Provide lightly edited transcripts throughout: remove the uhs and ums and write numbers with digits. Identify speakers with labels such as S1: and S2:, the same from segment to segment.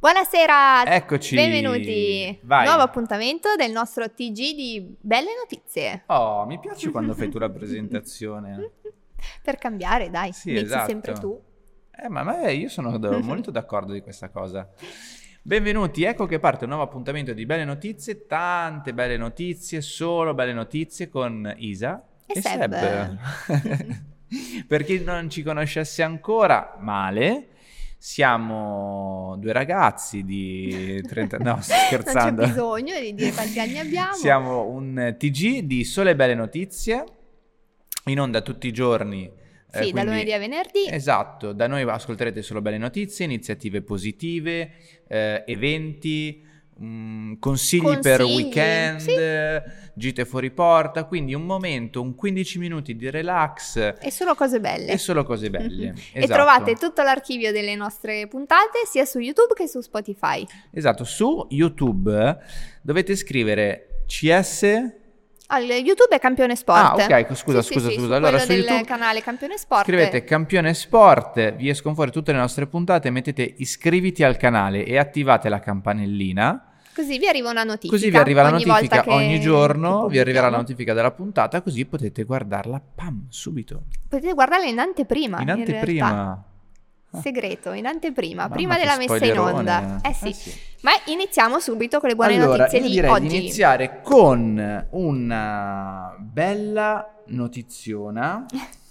S1: Buonasera,
S2: Eccoci.
S1: benvenuti.
S2: Vai.
S1: Nuovo appuntamento del nostro TG di Belle Notizie.
S2: Oh, mi piace quando fai tu la presentazione.
S1: Per cambiare, dai,
S2: Sì,
S1: inizi
S2: esatto.
S1: sempre tu.
S2: Ma io sono molto d'accordo di questa cosa. Benvenuti, ecco che parte un nuovo appuntamento di Belle Notizie, tante belle notizie, solo belle notizie con Isa
S1: E
S2: e
S1: Seb.
S2: Per chi non ci conoscesse ancora, male, siamo due ragazzi di 30... No, sto scherzando.
S1: Non c'è bisogno di dire quanti anni abbiamo.
S2: Siamo un TG di sole belle notizie, in onda tutti i giorni.
S1: Sì, da lunedì a venerdì.
S2: Esatto, da noi ascolterete solo belle notizie, iniziative positive, eventi, consigli per weekend,
S1: sì.
S2: gite fuori porta, quindi un momento, un 15 minuti di relax.
S1: E solo cose belle.
S2: E solo cose belle.
S1: E
S2: Esatto.
S1: trovate tutto l'archivio delle nostre puntate sia su YouTube che su Spotify.
S2: Esatto, su YouTube dovete scrivere CS...
S1: YouTube è Campione Sport.
S2: Ah, ok, scusa.
S1: Sì,
S2: Allora, su
S1: del
S2: YouTube
S1: canale Campione Sport.
S2: scrivete Campione Sport, vi escono fuori tutte le nostre puntate, mettete iscriviti al canale e attivate la campanellina.
S1: Così vi arriva una notifica.
S2: Così vi arriva la
S1: ogni
S2: notifica
S1: volta
S2: ogni giorno,
S1: che
S2: vi arriverà la
S1: pubblichiamo.
S2: notifica della puntata, così potete guardarla, pam, subito.
S1: Potete guardarla in anteprima.
S2: In
S1: realtà.
S2: anteprima.
S1: Segreto, in anteprima,
S2: Mamma,
S1: prima
S2: che
S1: della messa in
S2: spoilerone.
S1: onda. Sì.
S2: Eh sì.
S1: Ma iniziamo subito con le buone
S2: Allora,
S1: notizie
S2: io
S1: di
S2: direi
S1: oggi.
S2: di iniziare con una bella notiziona.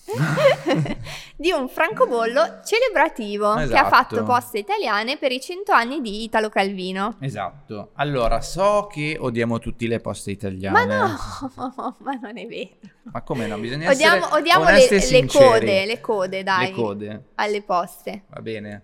S1: Di un francobollo celebrativo che ha
S2: Esatto.
S1: fatto Poste Italiane per i 100 anni di Italo Calvino.
S2: Esatto. Allora, so che odiamo tutti le poste italiane.
S1: Ma no, ma non è vero.
S2: Ma come no? Bisogna essere
S1: Odiamo
S2: onesti e
S1: le
S2: sinceri.
S1: code, dai.
S2: Le code.
S1: Alle poste.
S2: Va bene.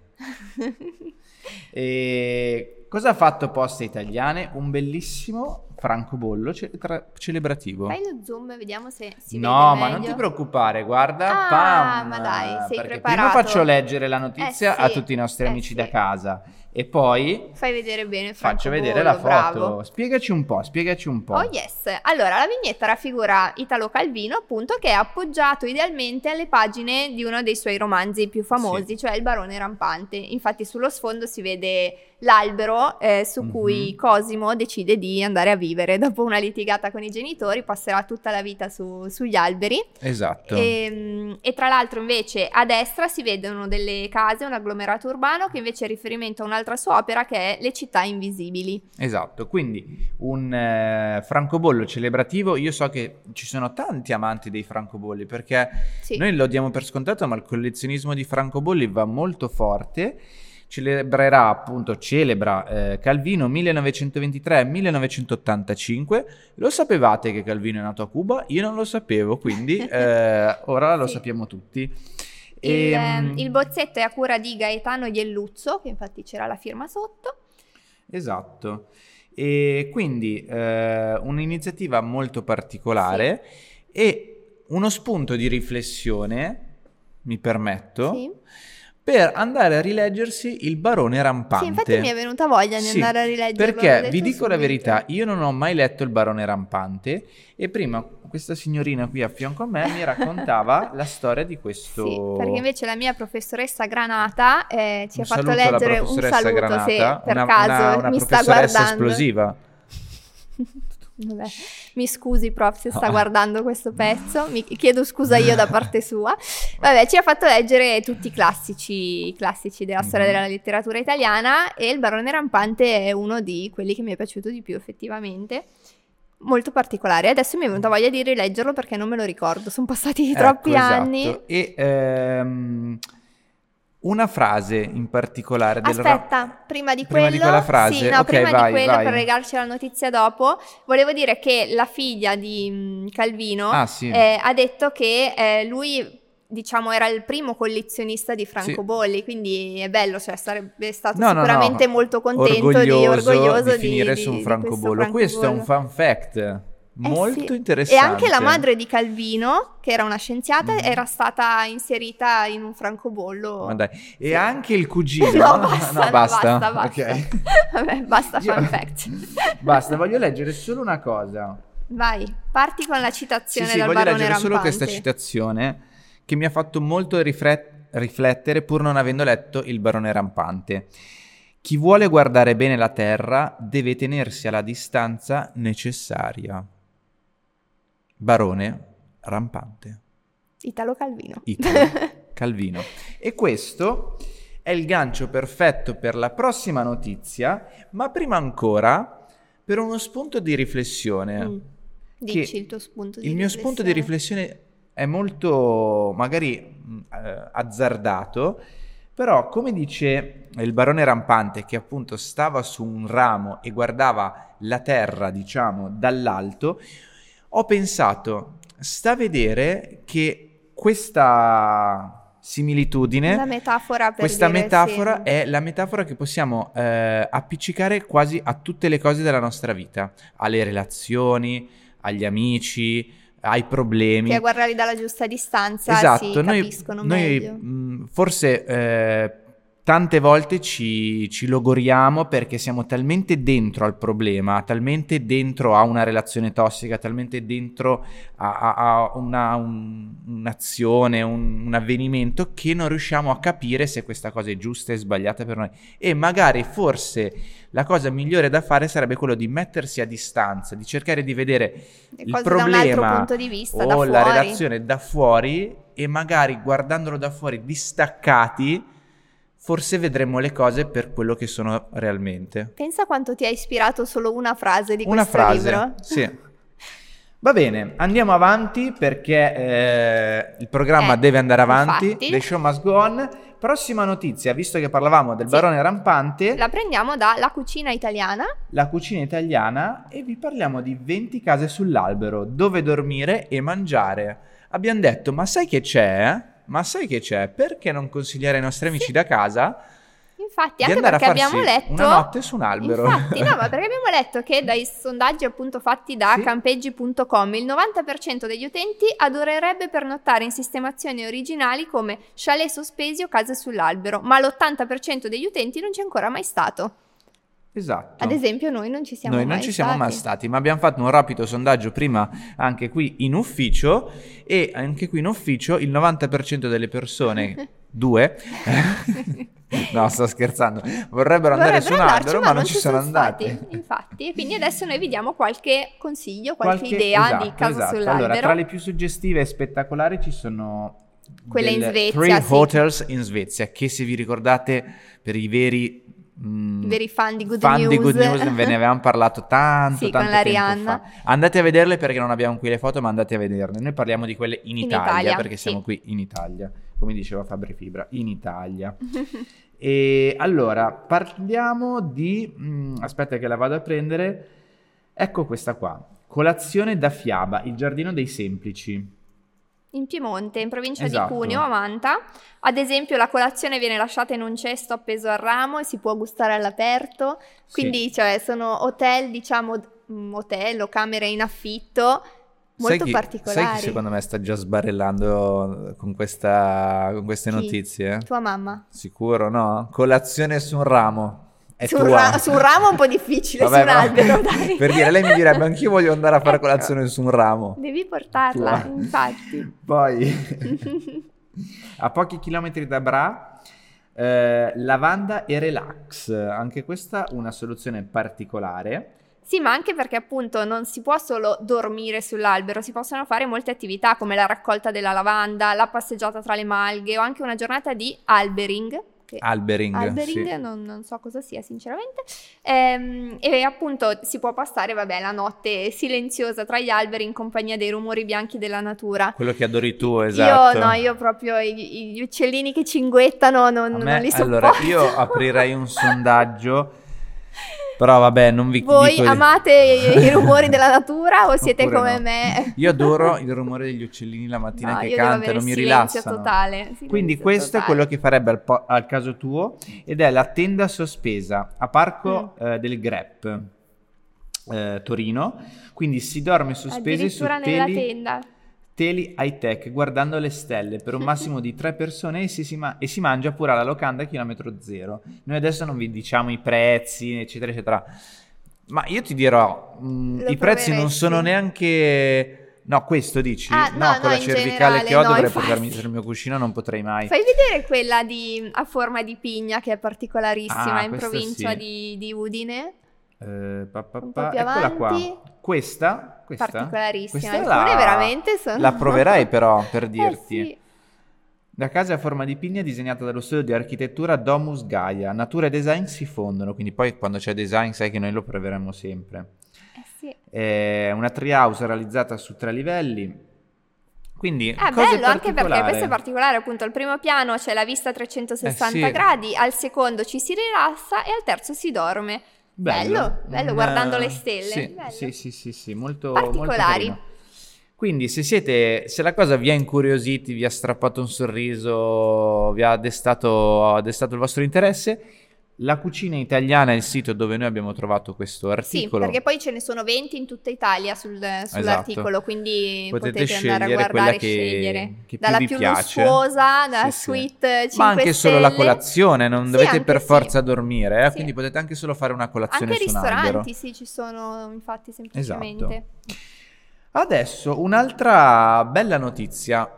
S2: E cosa ha fatto Poste Italiane? Un bellissimo francobollo celebrativo.
S1: Fai lo zoom, vediamo se si
S2: No,
S1: vede
S2: ma
S1: meglio.
S2: non ti preoccupare, guarda,
S1: Ah,
S2: pam,
S1: ma dai, sei
S2: perché
S1: preparato.
S2: prima faccio leggere la notizia
S1: Sì,
S2: a tutti i nostri amici
S1: sì.
S2: da casa e poi
S1: Fai vedere bene il
S2: faccio
S1: francobollo,
S2: vedere la foto.
S1: bravo.
S2: Spiegaci un po'.
S1: Oh yes, allora la vignetta raffigura Italo Calvino appunto che è appoggiato idealmente alle pagine di uno dei suoi romanzi più famosi,
S2: Sì.
S1: cioè Il barone rampante. Infatti sullo sfondo si vede l'albero su cui Cosimo decide di andare a vivere. Dopo una litigata con i genitori passerà tutta la vita sugli alberi.
S2: Esatto.
S1: E tra l'altro invece a destra si vedono delle case, un agglomerato urbano che invece è riferimento a un'altra sua opera che è Le città invisibili.
S2: Esatto, quindi un francobollo celebrativo. Io so che ci sono tanti amanti dei francobolli perché
S1: Sì.
S2: noi lo diamo per scontato, ma il collezionismo di francobolli va molto forte. Celebra Calvino 1923-1985. Lo sapevate che Calvino è nato a Cuba? Io non lo sapevo, quindi ora lo
S1: Sì.
S2: sappiamo tutti.
S1: Il bozzetto è a cura di Gaetano Ielluzzo, che infatti c'era la firma sotto.
S2: Esatto, e quindi un'iniziativa molto particolare e uno spunto di riflessione, mi permetto,
S1: Sì.
S2: per andare a rileggersi Il barone rampante.
S1: Sì, infatti mi è venuta voglia di
S2: Sì,
S1: andare a rileggerlo. l'ho
S2: perché
S1: detto
S2: vi dico la
S1: subito.
S2: verità, io non ho mai letto Il barone rampante e prima questa signorina qui a fianco a me mi raccontava la storia di questo...
S1: Sì, perché invece la mia professoressa Granata ci ha
S2: Un
S1: fatto
S2: saluto alla
S1: leggere un
S2: professoressa
S1: saluto
S2: Granata,
S1: se per
S2: una
S1: caso mi sta
S2: professoressa
S1: guardando.
S2: esplosiva.
S1: Vabbè, mi scusi prof se sta guardando questo pezzo, mi chiedo scusa io da parte sua. Vabbè, ci ha fatto leggere tutti i classici della storia della letteratura italiana e Il barone rampante è uno di quelli che mi è piaciuto di più effettivamente. Molto particolare. Adesso mi è venuta voglia di rileggerlo perché non me lo ricordo, sono passati troppi
S2: Ecco,
S1: anni.
S2: esatto. E una frase in particolare del
S1: Aspetta, prima di
S2: prima
S1: quello,
S2: di quella frase,
S1: sì, no,
S2: ok,
S1: prima
S2: vai,
S1: di quello
S2: vai.
S1: per legarci alla notizia dopo, volevo dire che la figlia di Calvino
S2: Ah, sì.
S1: ha detto che lui, diciamo, era il primo collezionista di francobolli, quindi è bello, cioè sarebbe stato
S2: No,
S1: sicuramente molto contento
S2: orgoglioso
S1: di
S2: finire su un francobollo. Questo è un fun fact molto interessante.
S1: E anche la madre di Calvino, che era una scienziata, era stata inserita in un francobollo.
S2: Ma dai. E anche il cugino.
S1: No, basta.
S2: Ok.
S1: Vabbè, basta fun fact.
S2: Basta, voglio leggere solo una cosa.
S1: Vai, parti con la citazione
S2: Sì,
S1: dal
S2: voglio
S1: barone
S2: leggere
S1: rampante.
S2: solo questa citazione che mi ha fatto molto riflettere pur non avendo letto Il barone rampante. Chi vuole guardare bene la Terra deve tenersi alla distanza necessaria. Barone rampante.
S1: Italo Calvino.
S2: Italo Calvino. E questo è il gancio perfetto per la prossima notizia, ma prima ancora per uno spunto di riflessione.
S1: Dici il tuo spunto di riflessione.
S2: Il mio spunto di riflessione è molto magari azzardato, però come dice il barone rampante, che appunto stava su un ramo e guardava la terra, diciamo, dall'alto, ho pensato, sta a vedere che questa similitudine,
S1: una metafora per
S2: questa
S1: dire,
S2: metafora
S1: sì,
S2: è la metafora che possiamo appiccicare quasi a tutte le cose della nostra vita, alle relazioni, agli amici, ai problemi.
S1: che a guardarli dalla giusta distanza
S2: Esatto,
S1: si capiscono meglio.
S2: Forse tante volte ci logoriamo perché siamo talmente dentro al problema, talmente dentro a una relazione tossica, talmente dentro a un'azione, un avvenimento, che non riusciamo a capire se questa cosa è giusta e sbagliata per noi. E magari forse la cosa migliore da fare sarebbe quello di mettersi a distanza, di cercare di vedere il problema
S1: da un altro punto di vista, da
S2: o
S1: fuori.
S2: la relazione da fuori, e magari guardandolo da fuori distaccati forse vedremo le cose per quello che sono realmente.
S1: Pensa quanto ti ha ispirato solo una frase di
S2: Una
S1: questo
S2: frase,
S1: libro.
S2: sì. Va bene, andiamo avanti perché il programma deve andare avanti.
S1: Infatti.
S2: The show must go on. Prossima notizia, visto che parlavamo del barone rampante,
S1: La prendiamo da La cucina italiana.
S2: la cucina italiana, e vi parliamo di 20 case sull'albero, dove dormire e mangiare. Abbiamo detto, ma sai che c'è? Perché non consigliare ai nostri amici da casa
S1: Infatti,
S2: di
S1: anche
S2: andare
S1: perché
S2: a farsi
S1: abbiamo letto
S2: una notte su un albero?
S1: Infatti, no, ma perché abbiamo letto che dai sondaggi appunto fatti da
S2: Sì.
S1: campeggi.com il 90% degli utenti adorerebbe pernottare in sistemazioni originali come chalet sospesi o case sull'albero, ma l'80% degli utenti non c'è ancora mai stato.
S2: Esatto.
S1: Ad esempio noi non ci siamo
S2: Noi non ci siamo mai stati, ma abbiamo fatto un rapido sondaggio prima anche qui in ufficio, e anche qui in ufficio il 90% delle persone, no, sto scherzando, vorrebbero andare su un albero, ma non ci sono andati.
S1: Infatti, e quindi adesso noi vi diamo qualche consiglio, qualche idea di casa sull'albero.
S2: Allora, tra le più suggestive e spettacolari ci sono
S1: quelle in Svezia,
S2: Three
S1: sì.
S2: Hotels in Svezia, che se vi ricordate, per i veri
S1: fan di Good
S2: fan
S1: News.
S2: di Good News ve ne avevamo parlato tanto
S1: Sì, con la
S2: tempo
S1: Rihanna.
S2: fa. Andate a vederle perché non abbiamo qui le foto, ma andate a vederle. Noi parliamo di quelle in Italia, perché siamo qui in Italia, come diceva Fabri Fibra, in Italia. E allora parliamo di aspetta che la vado a prendere. Ecco questa qua, colazione da Fiaba, il giardino dei semplici.
S1: In Piemonte, in provincia
S2: Esatto.
S1: di Cuneo, a Manta. Ad esempio, la colazione viene lasciata in un cesto appeso al ramo e si può gustare all'aperto. Quindi, cioè, sono hotel, diciamo, hotel o camere in affitto molto particolari.
S2: Sai chi secondo me sta già sbarellando con queste notizie?
S1: Tua mamma.
S2: Sicuro, no? Colazione su un ramo. È
S1: Su
S2: tua.
S1: un ramo è un po' difficile,
S2: Vabbè,
S1: su un albero, dai.
S2: Per dire, lei mi direbbe, anch'io voglio andare a fare colazione su un ramo.
S1: Devi portarla,
S2: Tua.
S1: infatti.
S2: Poi, a pochi chilometri da Bra, lavanda e relax. Anche questa una soluzione particolare.
S1: Sì, ma anche perché appunto non si può solo dormire sull'albero, si possono fare molte attività come la raccolta della lavanda, la passeggiata tra le malghe o anche una giornata di albering.
S2: Albering, sì.
S1: non so cosa sia sinceramente, e appunto si può passare la notte silenziosa tra gli alberi in compagnia dei rumori bianchi della natura.
S2: Quello che adori tu, esatto.
S1: Io proprio gli uccellini che cinguettano non li sopporto.
S2: Allora, io aprirei un sondaggio, però vabbè, non vi
S1: Voi
S2: dico...
S1: amate i rumori della natura o siete
S2: Oppure
S1: come
S2: no.
S1: me?
S2: Io adoro il rumore degli uccellini la mattina
S1: No,
S2: che
S1: io devo avere
S2: cantano, mi
S1: silenzio
S2: rilassano.
S1: totale.
S2: Quindi questo è quello che farebbe al caso tuo, ed è la tenda sospesa a Parco del Grep, Torino. Quindi si dorme sospesi su
S1: addirittura nella tenda.
S2: teli high tech guardando le stelle per un massimo di 3 persone, e si mangia pure alla locanda a chilometro zero. Noi adesso non vi diciamo i prezzi, eccetera eccetera, ma io ti dirò, i prezzi non sono neanche No, questo dici?
S1: Ah, no,
S2: con la
S1: in
S2: cervicale
S1: generale,
S2: che ho
S1: no,
S2: dovrei
S1: infatti.
S2: portarmi sul mio cuscino, non potrei mai.
S1: Fai vedere quella a forma di pigna che è particolarissima in
S2: questa
S1: provincia
S2: sì.
S1: di Udine. Un po' più
S2: Eccola qua.
S1: avanti.
S2: Questa?
S1: Particolarissima.
S2: Questa
S1: Alcune veramente sono...
S2: la proverai però, per dirti.
S1: Sì.
S2: La casa a forma di pigna disegnata dallo studio di architettura Domus Gaia. Natura e design si fondono, quindi poi quando c'è design sai che noi lo proveremo sempre.
S1: Sì.
S2: È una treehouse realizzata su 3 livelli. Quindi
S1: È
S2: cose
S1: bello anche perché
S2: particolari.
S1: questo è particolare, appunto al primo piano c'è la vista 360
S2: sì.
S1: gradi, al secondo ci si rilassa e al terzo si dorme. Bello, guardando le stelle. Bello.
S2: Sì, molto
S1: particolari.
S2: molto carino. Quindi se la cosa vi ha incuriositi, vi ha strappato un sorriso, vi ha destato il vostro interesse, La Cucina Italiana è il sito dove noi abbiamo trovato questo articolo.
S1: Sì, perché poi ce ne sono 20 in tutta Italia sull'articolo,
S2: Esatto.
S1: quindi
S2: Potete
S1: andare a guardare
S2: quella
S1: e scegliere.
S2: che
S1: Dalla
S2: più vi piace.
S1: lussuosa, dalla
S2: Sì.
S1: suite 5
S2: Ma anche solo la
S1: stelle.
S2: colazione, non
S1: Sì,
S2: dovete
S1: anche
S2: per
S1: sì.
S2: forza dormire,
S1: Sì.
S2: quindi potete anche solo fare una colazione
S1: Anche
S2: su un albero.
S1: ristoranti, sì, ci sono infatti semplicemente.
S2: Esatto. Adesso un'altra bella notizia.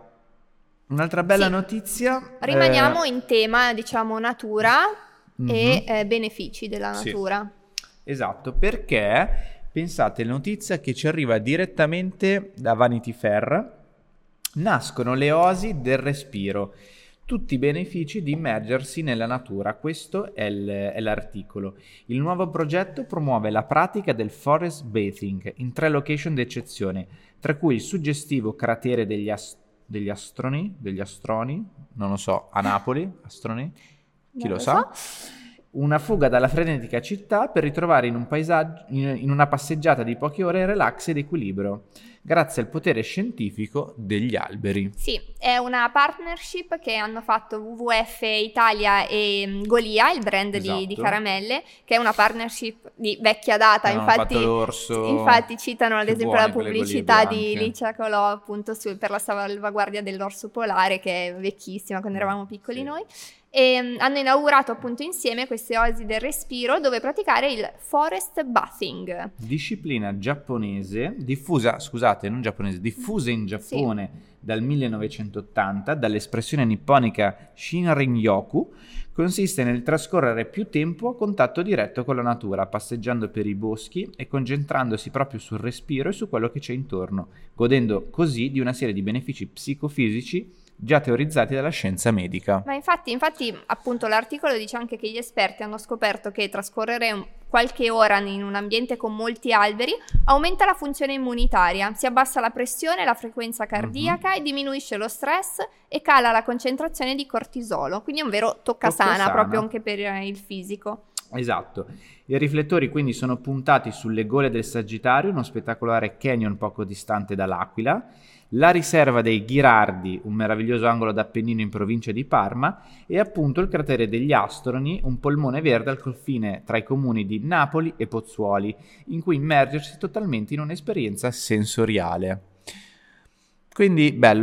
S1: Rimaniamo in tema, diciamo, natura
S2: Mhm.
S1: e benefici della
S2: Sì.
S1: natura.
S2: Esatto, perché pensate, notizia che ci arriva direttamente da Vanity Fair, nascono le oasi del respiro, tutti i benefici di immergersi nella natura, questo è l'articolo. Il nuovo progetto promuove la pratica del forest bathing in 3 location d'eccezione, tra cui il suggestivo cratere degli astroni, non lo so, a Napoli, astroni? Chi
S1: Non
S2: lo sa? Una fuga dalla frenetica città per ritrovare in un paesaggio, in una passeggiata di poche ore relax ed equilibrio, grazie al potere scientifico degli alberi.
S1: Sì, è una partnership che hanno fatto WWF Italia e Golia, il brand di
S2: Esatto.
S1: caramelle, che è una partnership di vecchia data,
S2: Hanno
S1: infatti,
S2: fatto l'orso,
S1: infatti citano ad
S2: che
S1: esempio
S2: buone
S1: la
S2: quelle
S1: pubblicità
S2: Golie
S1: di
S2: bianche.
S1: Licia Colò appunto per la salvaguardia dell'orso polare, che è vecchissima quando eravamo piccoli
S2: Sì.
S1: noi. E hanno inaugurato appunto insieme queste oasi del respiro dove praticare il forest bathing.
S2: Disciplina giapponese, diffusa in Giappone dal 1980 dall'espressione nipponica Shinrin-yoku, consiste nel trascorrere più tempo a contatto diretto con la natura, passeggiando per i boschi e concentrandosi proprio sul respiro e su quello che c'è intorno, godendo così di una serie di benefici psicofisici già teorizzati dalla scienza medica.
S1: Ma infatti appunto l'articolo dice anche che gli esperti hanno scoperto che trascorrere qualche ora in un ambiente con molti alberi aumenta la funzione immunitaria, si abbassa la pressione, la frequenza cardiaca e diminuisce lo stress e cala la concentrazione di cortisolo, quindi è un vero toccasana proprio anche per il fisico.
S2: Esatto. I riflettori quindi sono puntati sulle gole del Sagittario, uno spettacolare canyon poco distante dall'Aquila, la riserva dei Ghirardi, un meraviglioso angolo d'Appennino in provincia di Parma, e appunto il cratere degli Astroni, un polmone verde al confine tra i comuni di Napoli e Pozzuoli, in cui immergersi totalmente in un'esperienza sensoriale. Quindi bello,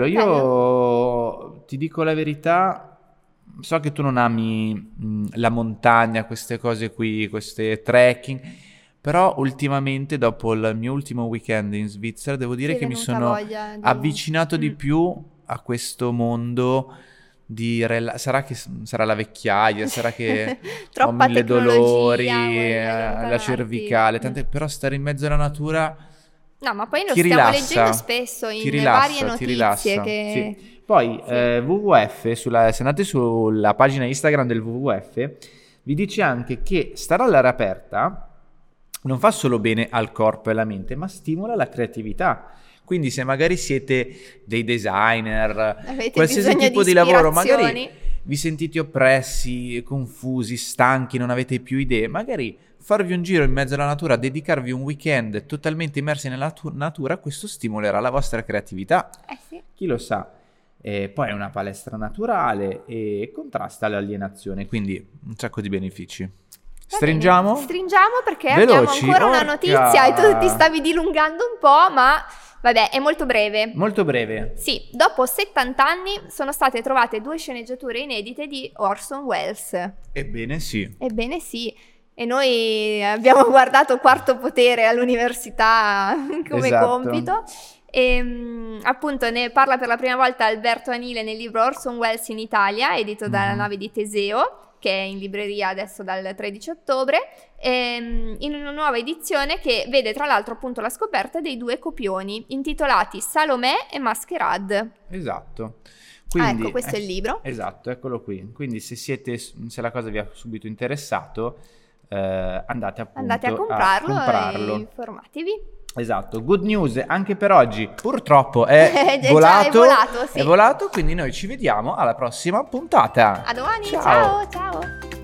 S2: io ti dico la verità, so che tu non ami la montagna, queste cose qui, queste trekking, però ultimamente dopo il mio ultimo weekend in Svizzera devo dire che mi sono avvicinato di più a questo mondo di sarà la vecchiaia, sarà che ho 1000 dolori, la cervicale, però stare in mezzo alla natura
S1: no, ma poi lo stiamo leggendo spesso in varie notizie che...
S2: Sì. Poi WWF, se andate sulla pagina Instagram del WWF, vi dice anche che stare all'aria aperta non fa solo bene al corpo e alla mente, ma stimola la creatività. Quindi se magari siete dei designer,
S1: avete
S2: qualsiasi tipo di lavoro, magari vi sentite oppressi, confusi, stanchi, non avete più idee, magari farvi un giro in mezzo alla natura, dedicarvi un weekend totalmente immersi nella natura, questo stimolerà la vostra creatività.
S1: Sì.
S2: Chi lo sa. Poi è una palestra naturale e contrasta l'alienazione, quindi un sacco di benefici. Stringiamo?
S1: Stringiamo perché
S2: Veloci,
S1: abbiamo ancora una notizia e tu ti stavi dilungando un po', ma vabbè, è molto breve.
S2: Molto breve.
S1: Sì, dopo 70 anni sono state trovate 2 sceneggiature inedite di Orson Welles.
S2: Ebbene sì.
S1: Ebbene sì. E noi abbiamo guardato Quarto Potere all'università come compito. E appunto ne parla per la prima volta Alberto Anile nel libro Orson Welles in Italia, edito dalla Nave di Teseo, che è in libreria adesso dal 13 ottobre, in una nuova edizione che vede tra l'altro appunto la scoperta dei 2 copioni intitolati Salomè e Masquerade.
S2: Esatto. Quindi,
S1: ecco, questo è il libro.
S2: Esatto, eccolo qui. Quindi se la cosa vi ha subito interessato, andate appunto
S1: a comprarlo e informatevi.
S2: Esatto, good news anche per oggi. Purtroppo è volato,
S1: sì.
S2: È volato, quindi noi ci vediamo alla prossima puntata.
S1: A domani,
S2: ciao.
S1: ciao.